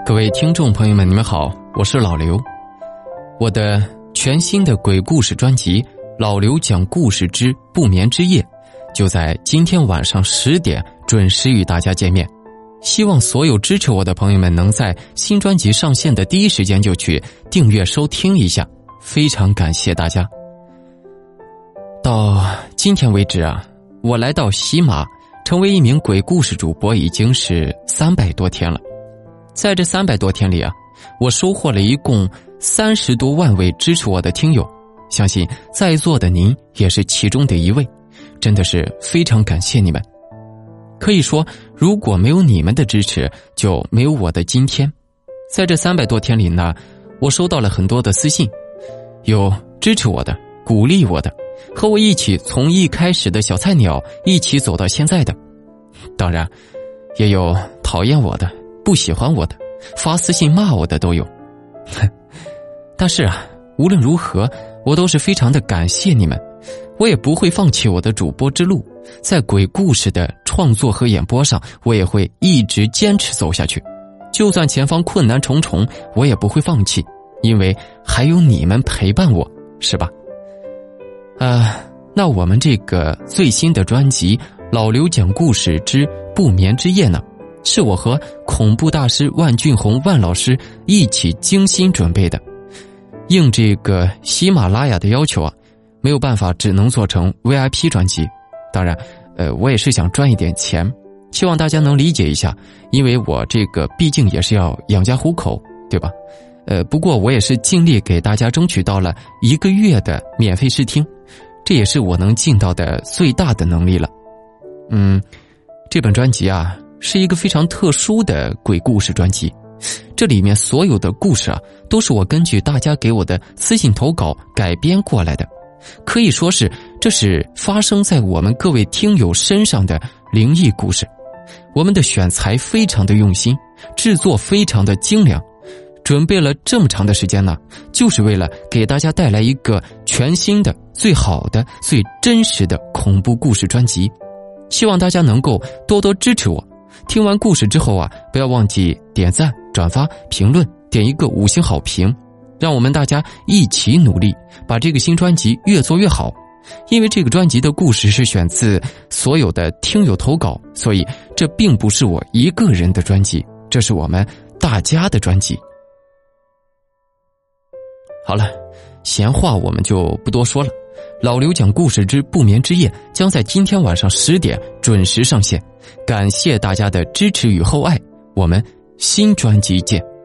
各位听众朋友们，你们好，我是老刘。我的全新的鬼故事专辑《老刘讲故事之不眠之夜》就在今天晚上10点准时与大家见面。希望所有支持我的朋友们能在新专辑上线的第一时间就去订阅收听一下，非常感谢大家。到今天为止啊，我来到喜马成为一名鬼故事主播已经是300多天了。在这300多天里啊，我收获了一共30多万位支持我的听友，相信在座的您也是其中的一位，真的是非常感谢你们。可以说，如果没有你们的支持，就没有我的今天。在这300多天里呢，我收到了很多的私信，有支持我的，鼓励我的，和我一起从一开始的小菜鸟一起走到现在的，当然也有讨厌我的，不喜欢我的，发私信骂我的都有。但是啊，无论如何我都是非常的感谢你们，我也不会放弃我的主播之路，在鬼故事的创作和演播上，我也会一直坚持走下去，就算前方困难重重，我也不会放弃，因为还有你们陪伴我，是吧？那我们这个最新的专辑《老刘讲故事之不眠之夜》呢，是我和恐怖大师万俊宏万老师一起精心准备的。应这个喜马拉雅的要求啊，没有办法只能做成 VIP 专辑。当然我也是想赚一点钱，希望大家能理解一下，因为我这个毕竟也是要养家糊口，对吧？不过我也是尽力给大家争取到了1个月的免费试听，这也是我能尽到的最大的能力了。这本专辑啊，是一个非常特殊的鬼故事专辑，这里面所有的故事啊，都是我根据大家给我的私信投稿改编过来的，可以说是这是发生在我们各位听友身上的灵异故事。我们的选材非常的用心，制作非常的精良，准备了这么长的时间呢，就是为了给大家带来一个全新的、最好的、最真实的恐怖故事专辑。希望大家能够多多支持我，听完故事之后啊，不要忘记点赞、转发、评论，点一个5星好评，让我们大家一起努力，把这个新专辑越做越好。因为这个专辑的故事是选自所有的听友投稿，所以这并不是我一个人的专辑，这是我们大家的专辑。好了，闲话我们就不多说了，老刘讲故事之不眠之夜将在今天晚上10点准时上线，感谢大家的支持与厚爱，我们新专辑见。